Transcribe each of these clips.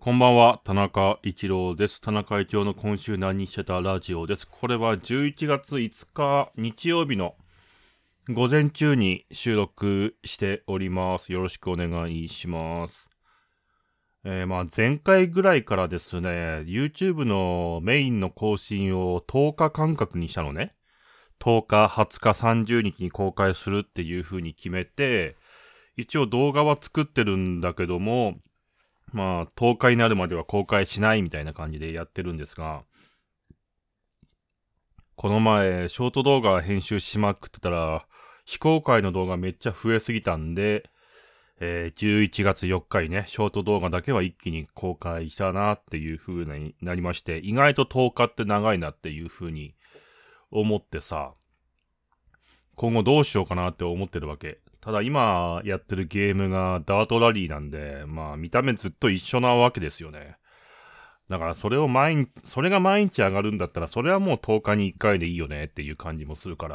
こんばんは、田中一郎です。田中一郎の今週何してたラジオです。これは11月5日日曜日の午前中に収録しております。よろしくお願いします。前回ぐらいからですね、YouTube のメインの更新を10日間隔にしたのね。10日、20日、30日に公開するっていう風に決めて、一応動画は作ってるんだけども、10日になるまでは公開しないみたいな感じでやってるんですが、この前、ショート動画編集しまくってたら、非公開の動画めっちゃ増えすぎたんで、11月4日にね、ショート動画だけは一気に公開したなっていう風になりまして、意外と10日って長いなっていう風に思ってさ、今後どうしようかなって思ってるわけ。ただ今やってるゲームがダートラリーなんで、見た目ずっと一緒なわけですよね。だからそれが毎日上がるんだったら、それはもう10日に1回でいいよねっていう感じもするから、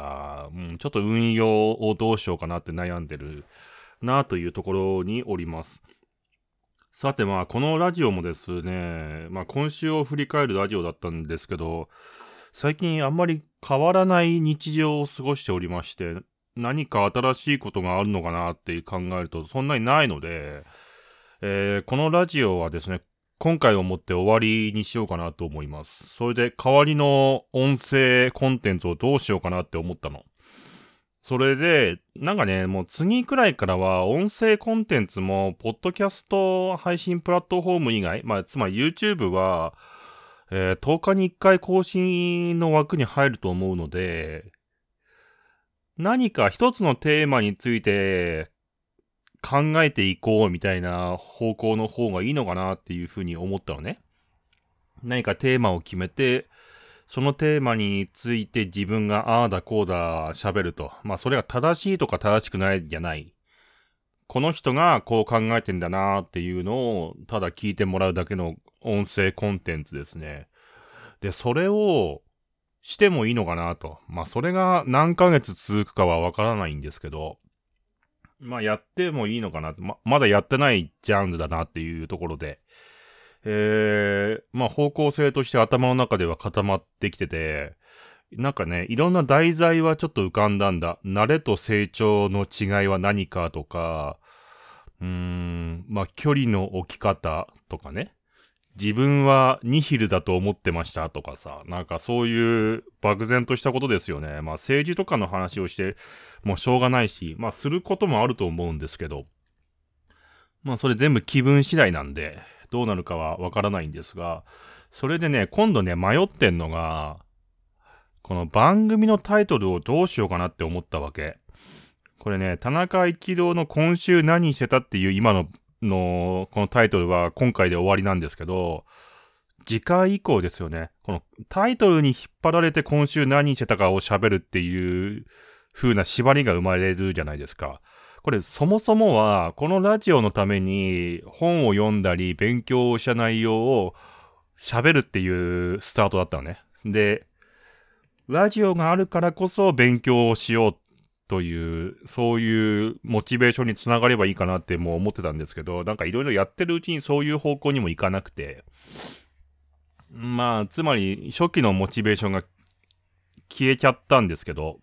ちょっと運用をどうしようかなって悩んでるなというところにおります。さてこのラジオもですね、今週を振り返るラジオだったんですけど、最近あんまり変わらない日常を過ごしておりまして、何か新しいことがあるのかなって考えるとそんなにないので、このラジオはですね、今回をもって終わりにしようかなと思います。それで代わりの音声コンテンツをどうしようかなって思ったの。それで、もう次くらいからは音声コンテンツも、ポッドキャスト配信プラットフォーム以外、つまり YouTube は、10日に1回更新の枠に入ると思うので、何か一つのテーマについて考えていこうみたいな方向の方がいいのかなっていうふうに思ったのね。何かテーマを決めて、そのテーマについて自分がああだこうだ喋ると。それが正しいとか正しくないじゃない。この人がこう考えてんだなーっていうのをただ聞いてもらうだけの音声コンテンツですね。で、それをしてもいいのかなと。それが何ヶ月続くかはわからないんですけど、やってもいいのかなと。まだやってないジャンルだなっていうところで、方向性として頭の中では固まってきてて、いろんな題材はちょっと浮かんだんだ。慣れと成長の違いは何かとか、距離の置き方とかね。自分はニヒルだと思ってましたとかさ、そういう漠然としたことですよね。政治とかの話をしてもうしょうがないし、することもあると思うんですけど、それ全部気分次第なんで、どうなるかはわからないんですが、それでね、今度ね、迷ってんのが、この番組のタイトルをどうしようかなって思ったわけ。これね、田中一郎の今週何してたっていう今のこのタイトルは今回で終わりなんですけど、次回以降ですよね。このタイトルに引っ張られて今週何してたかを喋るっていう風な縛りが生まれるじゃないですか。これそもそもはこのラジオのために本を読んだり勉強をした内容を喋るっていうスタートだったのね。で、ラジオがあるからこそ勉強をしようという、そういうモチベーションにつながればいいかなってもう思ってたんですけど、いろいろやってるうちにそういう方向にもいかなくて、つまり初期のモチベーションが消えちゃったんですけど、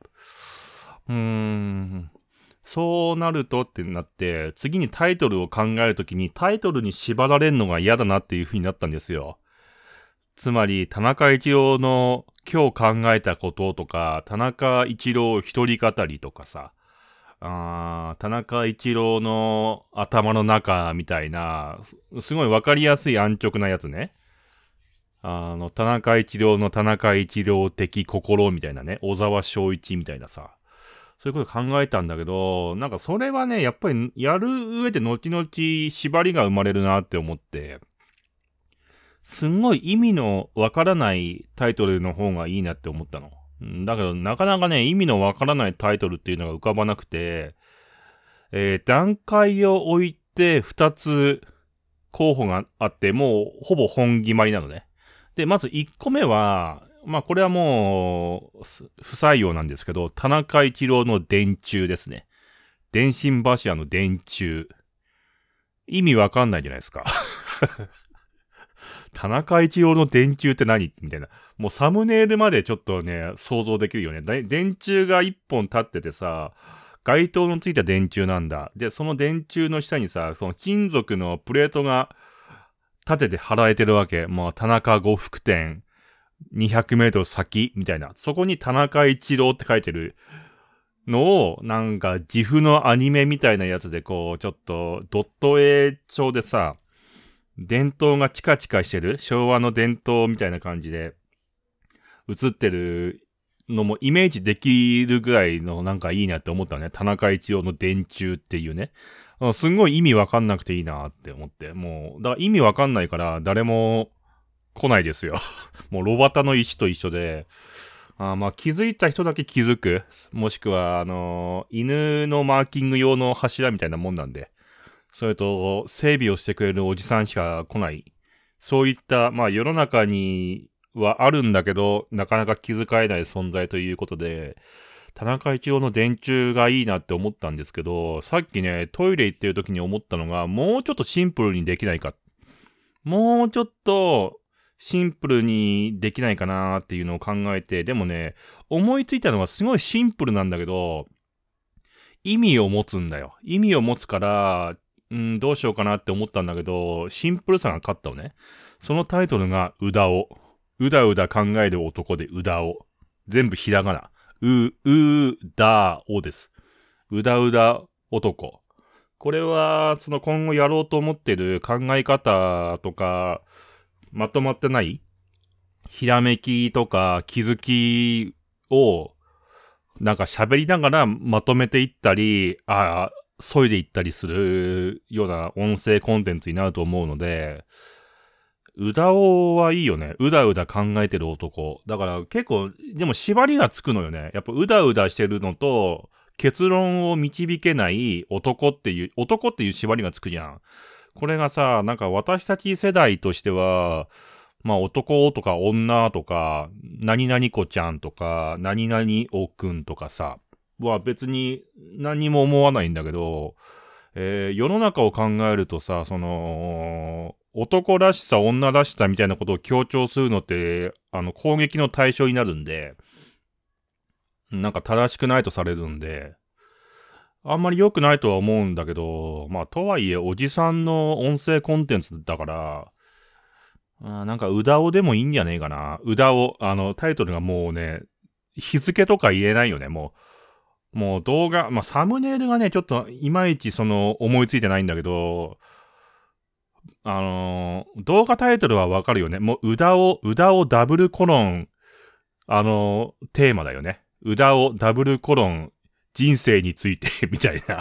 そうなるとってなって、次にタイトルを考えるときにタイトルに縛られるのが嫌だなっていう風になったんですよ。つまり、田中一郎の今日考えたこととか、田中一郎一人語りとかさ、田中一郎の頭の中みたいな、すごいわかりやすい安直なやつね。田中一郎の田中一郎的心みたいなね、小沢昭一みたいなさ、そういうこと考えたんだけど、それはね、やっぱりやる上で後々縛りが生まれるなって思って、すんごい意味のわからないタイトルの方がいいなって思ったの。だけどなかなかね、意味のわからないタイトルっていうのが浮かばなくて、段階を置いて2つ候補があって、もうほぼ本決まりなのね。で、まず1個目は、これはもう不採用なんですけど、田中一郎の電柱ですね。電信柱の電柱。意味わかんないじゃないですか。 田中一郎の電柱って何みたいな。もうサムネイルまでちょっとね、想像できるよね。電柱が一本立っててさ、街灯のついた電柱なんだ。で、その電柱の下にさ、その金属のプレートが立てて貼られてるわけ。もう田中呉服店200メートル先みたいな。そこに田中一郎って書いてるのを、なんか自負のアニメみたいなやつでこう、ちょっとドット絵調でさ、電灯がチカチカしてる昭和の電灯みたいな感じで映ってるのもイメージできるぐらいのなんかいいなって思ったね。田中一郎の電柱っていうね。すんごい意味わかんなくていいなって思って。もう、だから意味わかんないから誰も来ないですよ。もうロバタの石と一緒で、まあ気づいた人だけ気づく。もしくは、犬のマーキング用の柱みたいなもんなんで。それと、整備をしてくれるおじさんしか来ない。そういった、まあ世の中にはあるんだけど、なかなか気づかれない存在ということで、田中一郎の電柱がいいなって思ったんですけど、さっきね、トイレ行ってる時に思ったのが、もうちょっとシンプルにできないか。もうちょっと、シンプルにできないかなーっていうのを考えて、でもね、思いついたのはすごいシンプルなんだけど、意味を持つんだよ。意味を持つから、どうしようかなって思ったんだけど、シンプルさが勝ったのね。そのタイトルが、うだお。うだうだ考える男でうだお。全部ひらがな。だおです。うだうだ男。これは、その今後やろうと思ってる考え方とか、まとまってないひらめきとか気づきを、なんか喋りながらまとめていったり、削いでいったりするような音声コンテンツになると思うので、うだおはいいよね。うだうだ考えてる男。だから結構、でも縛りがつくのよね。やっぱうだうだしてるのと、結論を導けない男っていう縛りがつくじゃん。これがさ、なんか私たち世代としては、まあ男とか女とか、何々子ちゃんとか、何々おくんとかさ、は別に何も思わないんだけど、世の中を考えるとさ、その、男らしさ、女らしさみたいなことを強調するのって、攻撃の対象になるんで、なんか正しくないとされるんで、あんまり良くないとは思うんだけど、まあ、とはいえ、おじさんの音声コンテンツだから、なんか、うだおでもいいんじゃねえかな。うだお、タイトルがもうね、日付とか言えないよね、もう動画、まあ、サムネイルがね、ちょっと、いまいち思いついてないんだけど、動画タイトルはわかるよね。もう、うだおダブルコロン、テーマだよね。うだおダブルコロン、人生について、みたいな。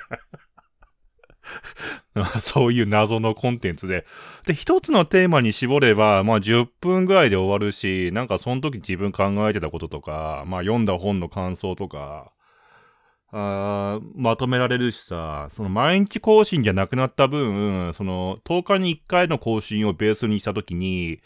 そういう謎のコンテンツで。で、一つのテーマに絞れば、まあ10分ぐらいで終わるし、なんかその時自分考えてたこととか、まあ読んだ本の感想とか、まとめられるしさ、その毎日更新じゃなくなった分、その10日に1回の更新をベースにした時に、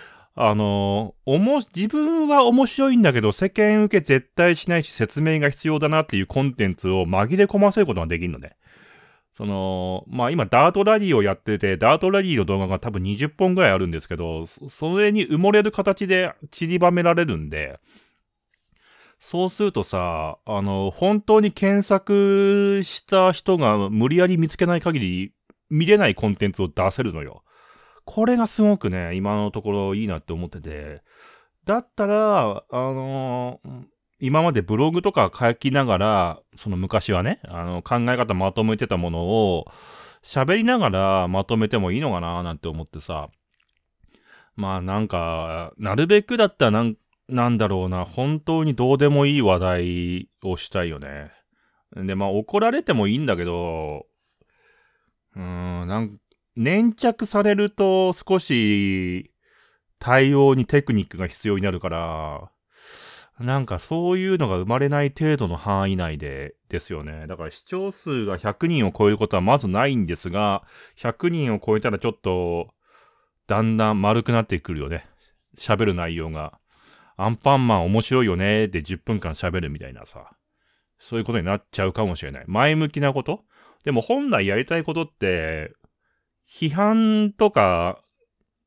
自分は面白いんだけど、世間受け絶対しないし説明が必要だなっていうコンテンツを紛れ込ませることができるのね。まあ今ダートラリーをやってて、ダートラリーの動画が多分20本ぐらいあるんですけど、それに埋もれる形で散りばめられるんで、そうするとさ、本当に検索した人が無理やり見つけない限り見れないコンテンツを出せるのよ。これがすごくね、今のところいいなって思ってて、だったら、今までブログとか書きながら、その昔はね、考え方まとめてたものを、喋りながらまとめてもいいのかななんて思ってさ。まあなんか、なるべくだったらなんだろうな、本当にどうでもいい話題をしたいよね。で、まあ怒られてもいいんだけど、粘着されると少し対応にテクニックが必要になるから、なんかそういうのが生まれない程度の範囲内ですよね。だから視聴数が100人を超えることはまずないんですが、100人を超えたらちょっと、だんだん丸くなってくるよね。喋る内容が。アンパンマン面白いよねで10分間喋るみたいなさ。そういうことになっちゃうかもしれない。前向きなこと？でも本来やりたいことって、批判とか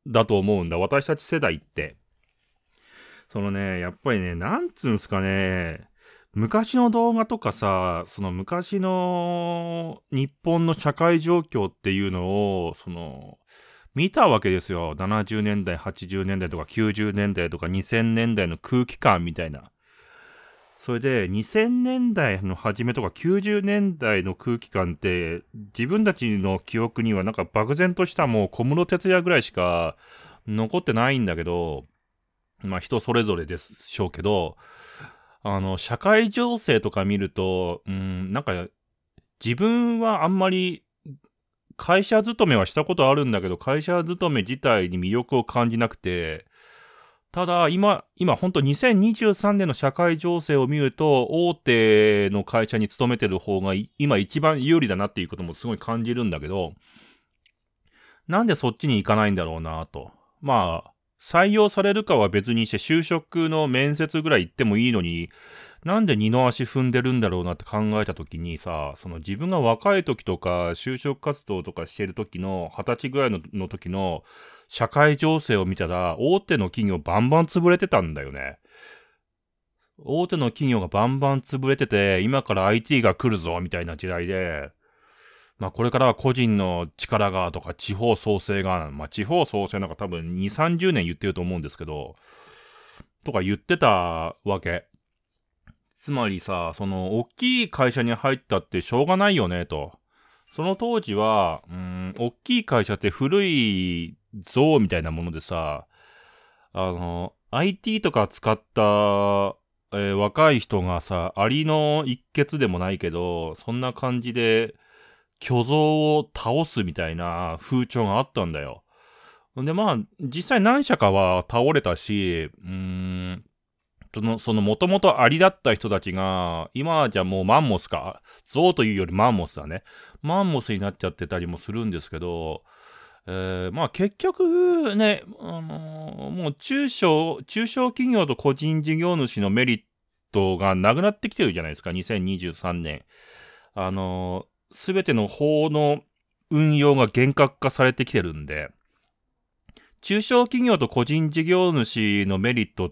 だと思うんだ。私たち世代って。そのね、やっぱりね、なんつうんすかね、昔の動画とかさ、その昔の日本の社会状況っていうのを、見たわけですよ。70年代、80年代とか90年代とか2000年代の空気感みたいな。それで、2000年代の初めとか90年代の空気感って、自分たちの記憶にはなんか漠然としたもう小室哲哉ぐらいしか残ってないんだけど、まあ人それぞれでしょうけど、社会情勢とか見ると、なんか、自分はあんまり、会社勤めはしたことあるんだけど、会社勤め自体に魅力を感じなくて、ただ、今ほんと2023年の社会情勢を見ると、大手の会社に勤めてる方が今一番有利だなっていうこともすごい感じるんだけど、なんでそっちに行かないんだろうなと。まあ、採用されるかは別にして就職の面接ぐらい行ってもいいのに、なんで二の足踏んでるんだろうなって考えた時にさ、その自分が若い時とか就職活動とかしてる時の20歳ぐらいの時の社会情勢を見たら、大手の企業バンバン潰れてたんだよね。大手の企業がバンバン潰れてて、今から IT が来るぞみたいな時代で、まあこれからは個人の力がとか地方創生が、まあ地方創生なんか多分2、30年言ってると思うんですけど、とか言ってたわけ。つまりさ、大きい会社に入ったってしょうがないよね、と。その当時は、大きい会社って古い像みたいなものでさ、IT とか使った、若い人がさ、アリの一穴でもないけど、そんな感じで、巨像を倒すみたいな風潮があったんだよ。で、まあ、実際何社かは倒れたし、元々アリだった人たちが、今じゃもうマンモスか、象というよりマンモスだね。マンモスになっちゃってたりもするんですけど、まあ結局ね、もう中小企業と個人事業主のメリットがなくなってきてるじゃないですか、2023年。すべての法の運用が厳格化されてきてるんで、中小企業と個人事業主のメリットって、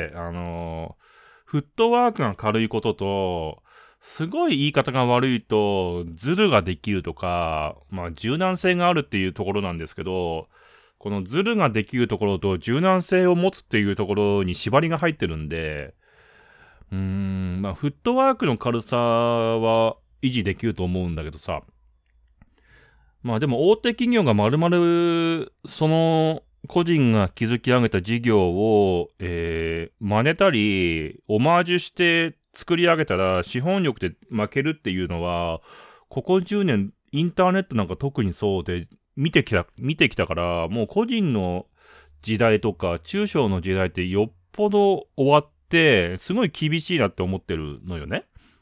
フットワークが軽いことと、すごい言い方が悪いと、ズルができるとか、まあ柔軟性があるっていうところなんですけど、このズルができるところと柔軟性を持つっていうところに縛りが入ってるんで、まあフットワークの軽さは維持できると思うんだけどさ、まあでも大手企業が丸々、個人が築き上げた事業を、真似たり、オマージュして作り上げたら資本力で負けるっていうのは、ここ10年、インターネットなんか特にそうで、見てきたから、もう個人の時代とか、中小の時代ってよっぽど終わって、すごい厳しいなって思ってるのよね。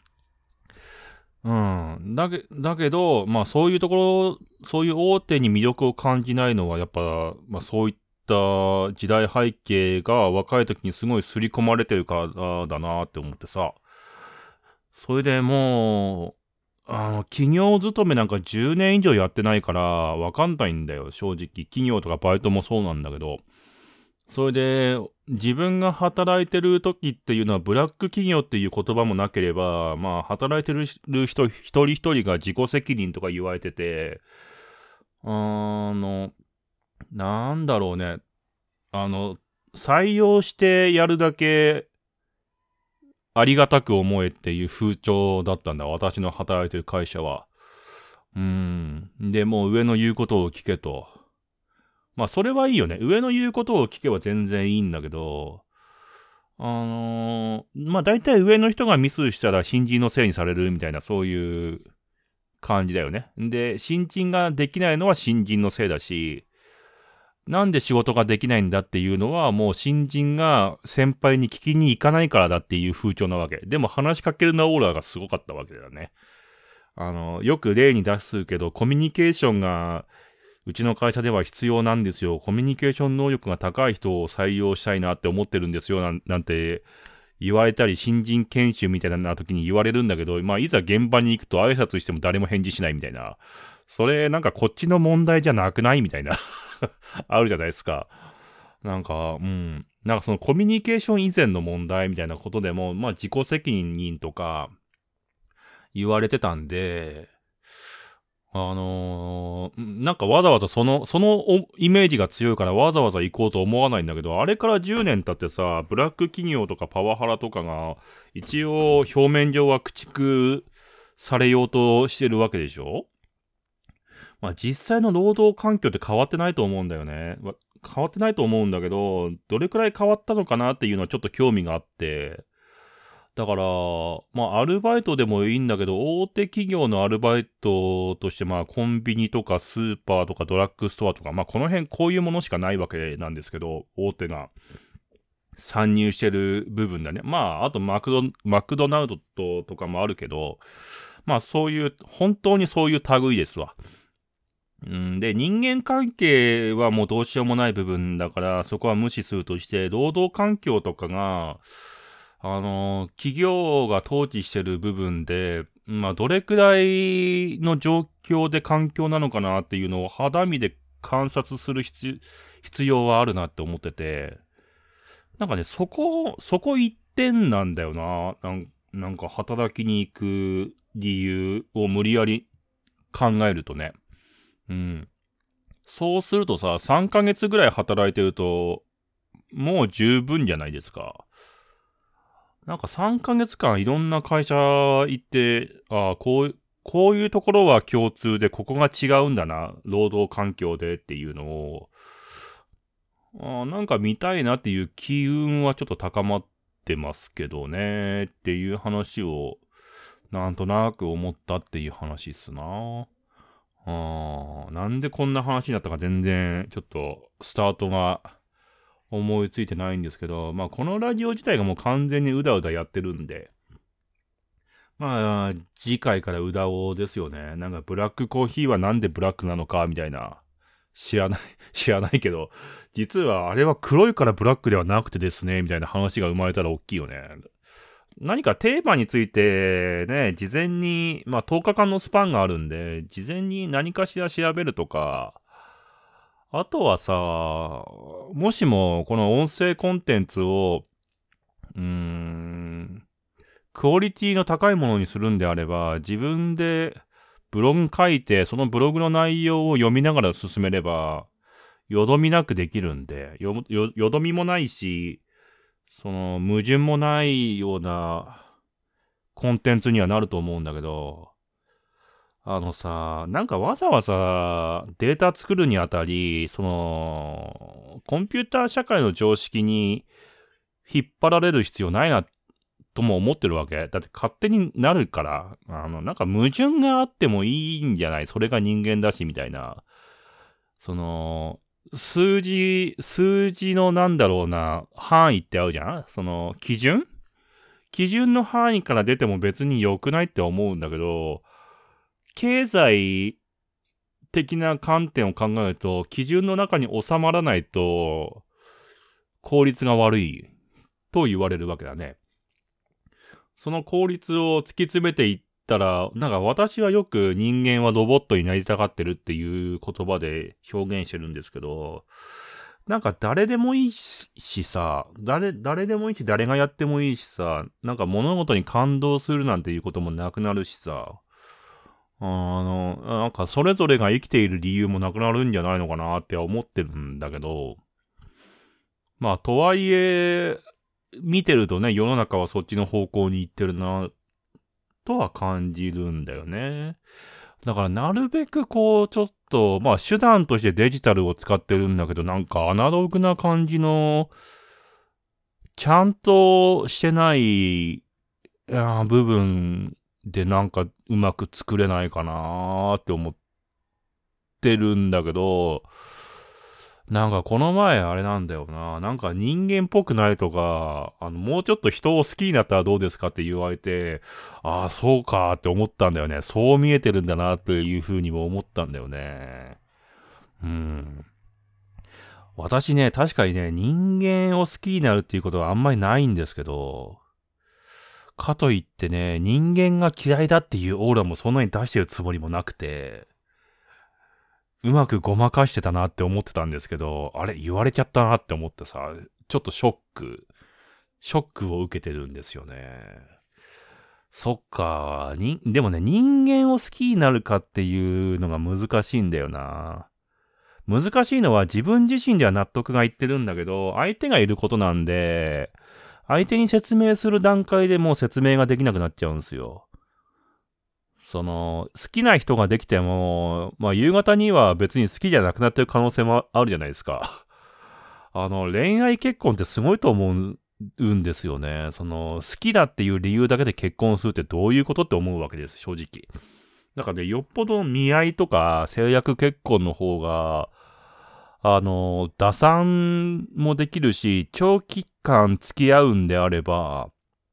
だけど、まあそういうところ、そういう大手に魅力を感じないのは、やっぱ、まあそういった時代背景が若い時にすごい刷り込まれてるからだなって思ってさ。それでもう、企業勤めなんか10年以上やってないから、わかんないんだよ、正直。企業とかバイトもそうなんだけど。それで、自分が働いてる時っていうのはブラック企業っていう言葉もなければ、まあ働いてる人一人一人が自己責任とか言われてて、なんだろうね。採用してやるだけありがたく思えっていう風潮だったんだ。私の働いてる会社は。で、もう上の言うことを聞けと。まあそれはいいよね。上の言うことを聞けば全然いいんだけど、まあ大体上の人がミスしたら新人のせいにされるみたいなそういう感じだよね。で、新人ができないのは新人のせいだし、なんで仕事ができないんだっていうのはもう新人が先輩に聞きに行かないからだっていう風潮なわけ。でも話しかけるなオーラがすごかったわけだよね。よく例に出すけどコミュニケーションがうちの会社では必要なんですよ。コミュニケーション能力が高い人を採用したいなって思ってるんですよ。なんて言われたり、新人研修みたいな時に言われるんだけど、まあ、いざ現場に行くと挨拶しても誰も返事しないみたいな。 それなんかこっちの問題じゃなくないみたいなあるじゃないですか。なんか、なんかそのコミュニケーション以前の問題みたいなことでも、まあ自己責任とか言われてたんで、なんかわざわざそのイメージが強いからわざわざ行こうと思わないんだけど、あれから10年経ってさ、ブラック企業とかパワハラとかが、一応表面上は駆逐されようとしてるわけでしょ。まあ実際の労働環境って変わってないと思うんだよね。変わってないと思うんだけど、どれくらい変わったのかなっていうのはちょっと興味があって、だから、まあ、アルバイトでもいいんだけど、大手企業のアルバイトとして、まあ、コンビニとかスーパーとかドラッグストアとか、まあ、この辺こういうものしかないわけなんですけど、大手が参入してる部分だね。まあ、あとマクドナルドとかもあるけど、まあ、そういう、本当にそういう類ですわ。で、人間関係はもうどうしようもない部分だから、そこは無視するとして、労働環境とかが、企業が統治してる部分で、まあ、どれくらいの状況で環境なのかなっていうのを肌身で観察する必要はあるなって思ってて、なんかね、そこ一点なんだよな。なんか働きに行く理由を無理やり考えるとね。うん。そうするとさ、3ヶ月ぐらい働いてると、もう十分じゃないですか。なんか3ヶ月間いろんな会社行って、こういうところは共通で、ここが違うんだな、労働環境でっていうのを、なんか見たいなっていう機運はちょっと高まってますけどね、っていう話を、なんとなく思ったっていう話っすな。なんでこんな話になったか全然、ちょっと、スタートが思いついてないんですけど、まあこのラジオ自体がもう完全にうだうだやってるんで、まあ、次回からうだおですよね。なんかブラックコーヒーはなんでブラックなのかみたいな。知らない知らないけど、実はあれは黒いからブラックではなくてですね、みたいな話が生まれたら大きいよね。何かテーマについてね、事前に、まあ10日間のスパンがあるんで、事前に何かしら調べるとか、あとはさ、もしもこの音声コンテンツを、クオリティの高いものにするんであれば、自分でブログ書いて、そのブログの内容を読みながら進めれば、よどみなくできるんで、よどみもないし、その矛盾もないようなコンテンツにはなると思うんだけど、なんかわざわざデータ作るにあたり、その、コンピューター社会の常識に引っ張られる必要ないなとも思ってるわけ。だって勝手になるから、なんか矛盾があってもいいんじゃない？それが人間だし、みたいな。その、数字のなんだろうな、範囲ってあるじゃん？その、基準の範囲から出ても別に良くないって思うんだけど、経済的な観点を考えると、基準の中に収まらないと、効率が悪いと言われるわけだね。その効率を突き詰めていったら、なんか私はよく人間はロボットになりたがってるっていう言葉で表現してるんですけど、なんか誰でもいいしさ、誰でもいいし、誰がやってもいいしさ、なんか物事に感動するなんていうこともなくなるしさ、なんかそれぞれが生きている理由もなくなるんじゃないのかなって思ってるんだけど、まあとはいえ、見てるとね、世の中はそっちの方向に行ってるな、とは感じるんだよね。だからなるべくこう、ちょっと、まあ手段としてデジタルを使ってるんだけど、なんかアナログな感じの、ちゃんとしてない部分でなんかうまく作れないかなーって思ってるんだけど、なんかこの前あれなんだよな。なんか人間っぽくないとか、もうちょっと人を好きになったらどうですかって言われて、ああ、そうかって思ったんだよね。そう見えてるんだなっていう風にも思ったんだよね。うん。私ね、確かにね、人間を好きになるっていうことはあんまりないんですけど、かといってね、人間が嫌いだっていうオーラもそんなに出してるつもりもなくて、 うまくごまかしてたなって思ってたんですけど、あれ言われちゃったなって思ってさ、ちょっとショックを受けてるんですよね。そっか、でもね、人間を好きになるかっていうのが難しいんだよな。難しいのは自分自身では納得がいってるんだけど、相手がいることなんで、相手に説明する段階でもう説明ができなくなっちゃうんですよ。好きな人ができても、まあ夕方には別に好きじゃなくなってる可能性もあるじゃないですか。恋愛結婚ってすごいと思うんですよね。好きだっていう理由だけで結婚するってどういうことって思うわけです、正直。だからね、よっぽど見合いとか制約結婚の方が、打算もできるし、長期間付き合うんであれば、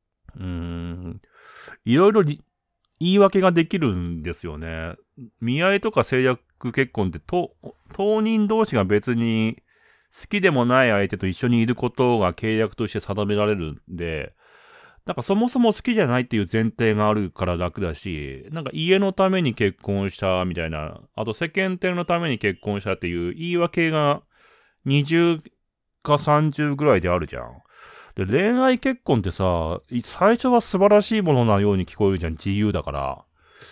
いろいろ言い訳ができるんですよね。見合いとか制約結婚って当人同士が別に好きでもない相手と一緒にいることが契約として定められるんで、なんかそもそも好きじゃないっていう前提があるから楽だし、なんか家のために結婚したみたいな、あと世間体のために結婚したっていう言い訳が20か30ぐらいであるじゃん。で、恋愛結婚ってさ、最初は素晴らしいものなように聞こえるじゃん、自由だから。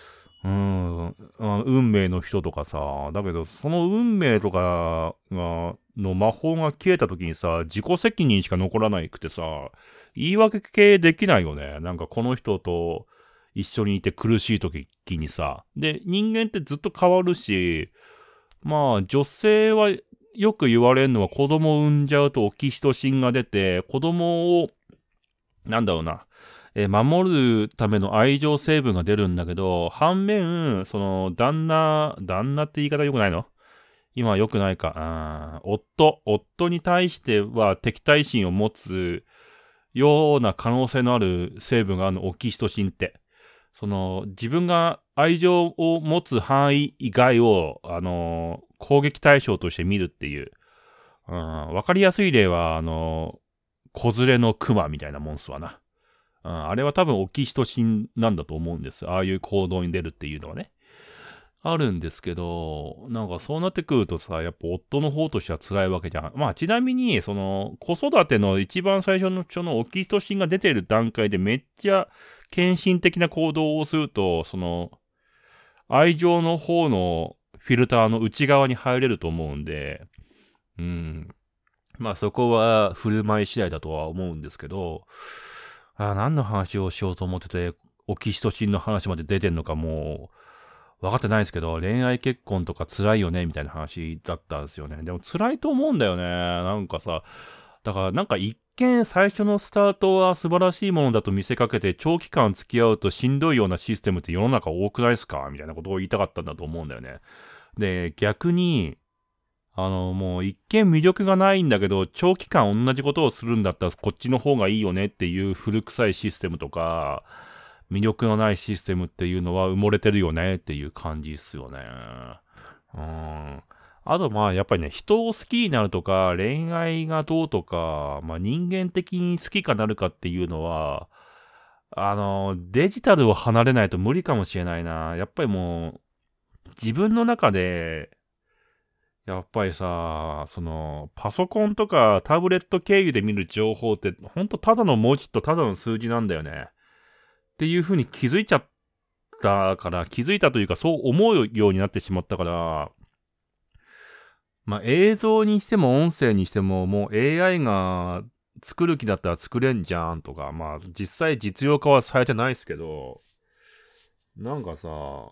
運命の人とかさ、だけど、その運命とかの魔法が消えた時にさ、自己責任しか残らないくてさ、言い訳系できないよね。なんかこの人と一緒にいて苦しい時にさ。で、人間ってずっと変わるし、まあ、女性はよく言われるのは子供を産んじゃうとオキシトシンが出て、子供を、なんだろうな、守るための愛情成分が出るんだけど、反面、旦那って言い方良くないの？今は良くないか。夫に対しては敵対心を持つような可能性のある成分があるの、オキシトシンって。自分が愛情を持つ範囲以外を、攻撃対象として見るっていう。わかりやすい例は、子連れのクマみたいなもんすわな。あれは多分オキシトシンなんだと思うんです。ああいう行動に出るっていうのはね。あるんですけど、なんかそうなってくるとさ、やっぱ夫の方としては辛いわけじゃん。まあちなみに、子育ての一番最初のオキシトシンが出てる段階でめっちゃ献身的な行動をすると、愛情の方のフィルターの内側に入れると思うんで、まあそこは振る舞い次第だとは思うんですけど、何の話をしようと思ってて、オキシトシンの話まで出てんのかもう、分かってないですけど、恋愛結婚とか辛いよね、みたいな話だったんですよね。でも辛いと思うんだよね。なんかさ、だからなんか一見最初のスタートは素晴らしいものだと見せかけて長期間付き合うとしんどいようなシステムって世の中多くないですかみたいなことを言いたかったんだと思うんだよね。で、逆に、もう一見魅力がないんだけど、長期間同じことをするんだったらこっちの方がいいよねっていう古臭いシステムとか、魅力のないシステムっていうのは埋もれてるよねっていう感じっすよね。あとまあやっぱりね、人を好きになるとか、恋愛がどうとか、まあ人間的に好きかなるかっていうのは、デジタルを離れないと無理かもしれないな。やっぱりもう、自分の中で、やっぱりさ、パソコンとかタブレット経由で見る情報って、ほんとただの文字とただの数字なんだよね。っていう風に気づいちゃったから、気づいたというかそう思うようになってしまったから、まあ映像にしても音声にしてももう AI が作る気だったら作れんじゃんとか、まあ実際実用化はされてないですけど、なんかさ、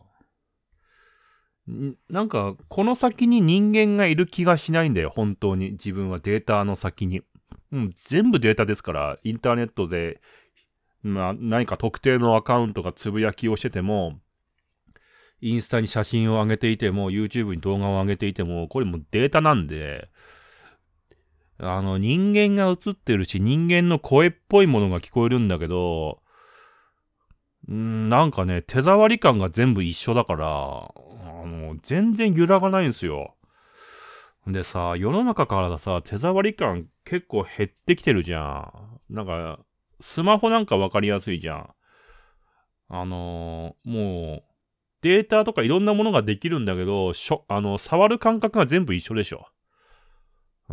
なんか、この先に人間がいる気がしないんだよ、本当に。自分はデータの先に。全部データですから、インターネットで、まあ、何か特定のアカウントがつぶやきをしてても、インスタに写真を上げていても、YouTube に動画を上げていても、これもデータなんで、人間が映ってるし、人間の声っぽいものが聞こえるんだけど、なんかね、手触り感が全部一緒だから、全然揺らがないんですよ。でさ、世の中からさ、手触り感結構減ってきてるじゃん。なんか、スマホなんかわかりやすいじゃん。もう、 データとかいろんなものができるんだけど、触る感覚が全部一緒でしょ。うん。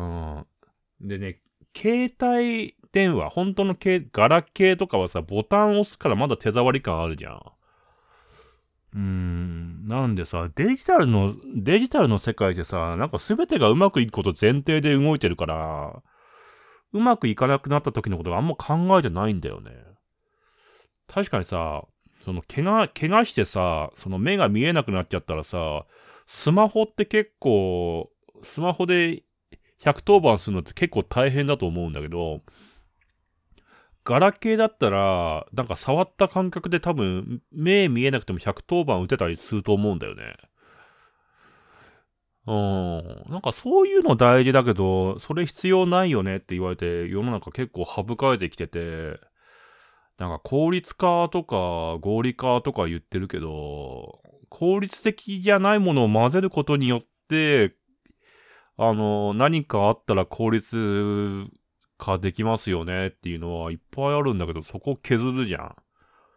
でね、携帯電話、本当のガラケーとかはさ、ボタン押すからまだ手触り感あるじゃん。なんでさ、デジタルの世界でさ、なんか全てがうまくいくこと前提で動いてるから、うまくいかなくなった時のことがあんま考えてないんだよね。確かにさ、怪我してさ、目が見えなくなっちゃったらさ、スマホって結構、スマホで110番するのって結構大変だと思うんだけど、ガラケーだったら、なんか触った感覚で多分、目見えなくても110番打てたりすると思うんだよね。なんかそういうの大事だけど、それ必要ないよねって言われて、世の中結構省かれてきてて、なんか効率化とか合理化とか言ってるけど、効率的じゃないものを混ぜることによって、何かあったら効率化できますよねっていうのはいっぱいあるんだけど、そこ削るじゃん。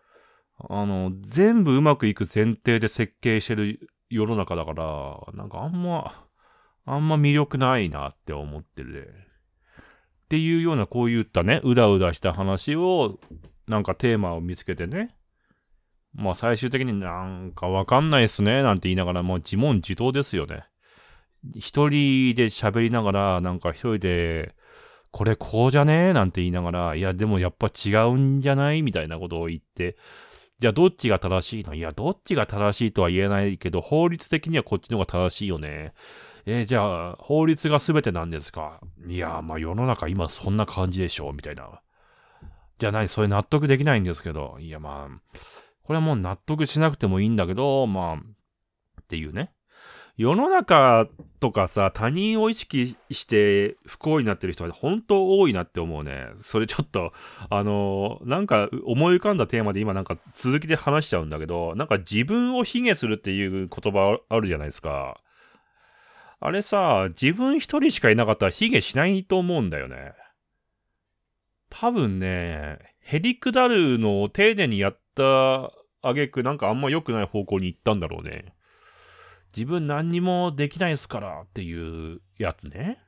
全部うまくいく前提で設計してる世の中だから、なんかあんま魅力ないなって思ってるね。っていうようなこういったね、うだうだした話を、なんかテーマを見つけてね。まあ最終的になんかわかんないっすね、なんて言いながら、もう自問自答ですよね。一人で喋りながら、なんか一人で、これこうじゃねえなんて言いながら、いやでもやっぱ違うんじゃないみたいなことを言って、じゃあどっちが正しいの？いや、どっちが正しいとは言えないけど、法律的にはこっちの方が正しいよね。じゃあ、法律が全てなんですか？いや、まあ世の中今そんな感じでしょみたいな。じゃあ何？それ納得できないんですけど。いや、まあ、これはもう納得しなくてもいいんだけど、まあ、っていうね。世の中とかさ、他人を意識して不幸になってる人は本当多いなって思うね。それちょっと、なんか思い浮かんだテーマで今なんか続きで話しちゃうんだけど、なんか自分を卑下するっていう言葉あるじゃないですか。あれさ、自分一人しかいなかったら卑下しないと思うんだよね。多分ね、へりくだるのを丁寧にやった挙句なんかあんま良くない方向に行ったんだろうね。自分何にもできないですからっていうやつね。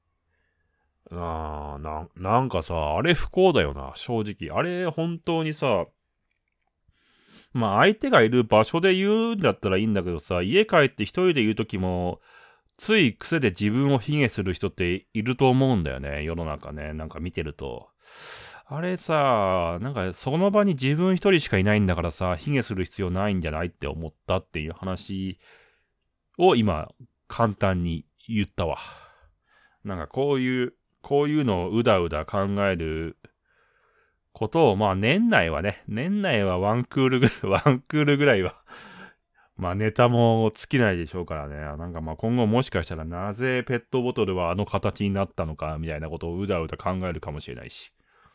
なんかさ、あれ不幸だよな、正直。あれ本当にさ、まあ相手がいる場所で言うんだったらいいんだけどさ、家帰って一人で言うときも、つい癖で自分を卑下する人っていると思うんだよね、世の中ね。なんか見てると。あれさ、なんかその場に自分一人しかいないんだからさ、卑下する必要ないんじゃないって思ったっていう話を今、簡単に言ったわ。なんかこういうのをうだうだ考えることを、まあ年内はワンクールぐらいは、まあネタも尽きないでしょうからね。なんかまあ今後もしかしたらなぜペットボトルはあの形になったのかみたいなことをうだうだ考えるかもしれないし。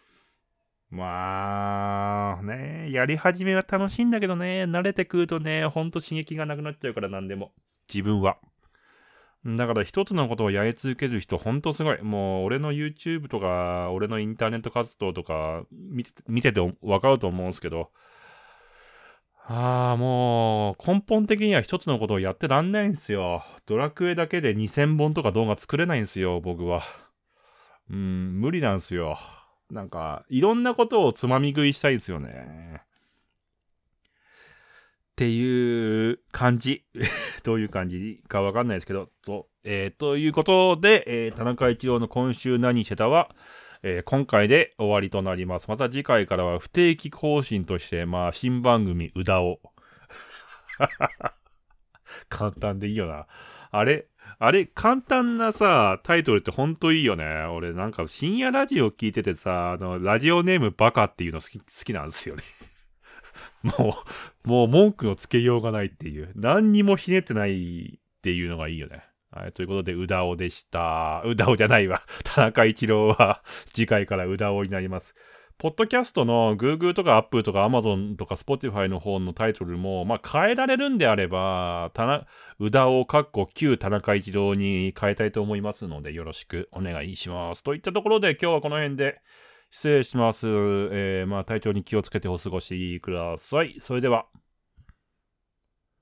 まあ、ね、やり始めは楽しいんだけどね、慣れてくるとね、ほんと刺激がなくなっちゃうからなんでも。自分は。だから一つのことをやり続ける人ほんとすごい。もう俺の YouTube とか、俺のインターネット活動とか見ててわかると思うんですけど、もう根本的には一つのことをやってらんないんですよ。ドラクエだけで2000本とか動画作れないんですよ、僕は。無理なんですよ。なんか、いろんなことをつまみ食いしたいですよね。っていう感じ。どういう感じかわかんないですけど、ということで、田中一郎の今週何してたは、今回で終わりとなります。また次回からは不定期更新として、まあ、新番組、うだお。簡単でいいよな。あれ、簡単なさ、タイトルってほんといいよね。俺なんか深夜ラジオ聞いててさ、ラジオネームバカっていうの好きなんですよね。もう文句のつけようがないっていう。何にもひねってないっていうのがいいよね。はい、ということで、うだおでした。うだおじゃないわ。田中一郎は次回からうだおになります。ポッドキャストの Google とか Apple とか Amazon とか Spotify の方のタイトルも、まあ変えられるんであれば、うだお旧田中一郎に変えたいと思いますので、よろしくお願いします。といったところで今日はこの辺で失礼します。まあ体調に気をつけてお過ごしください。それでは。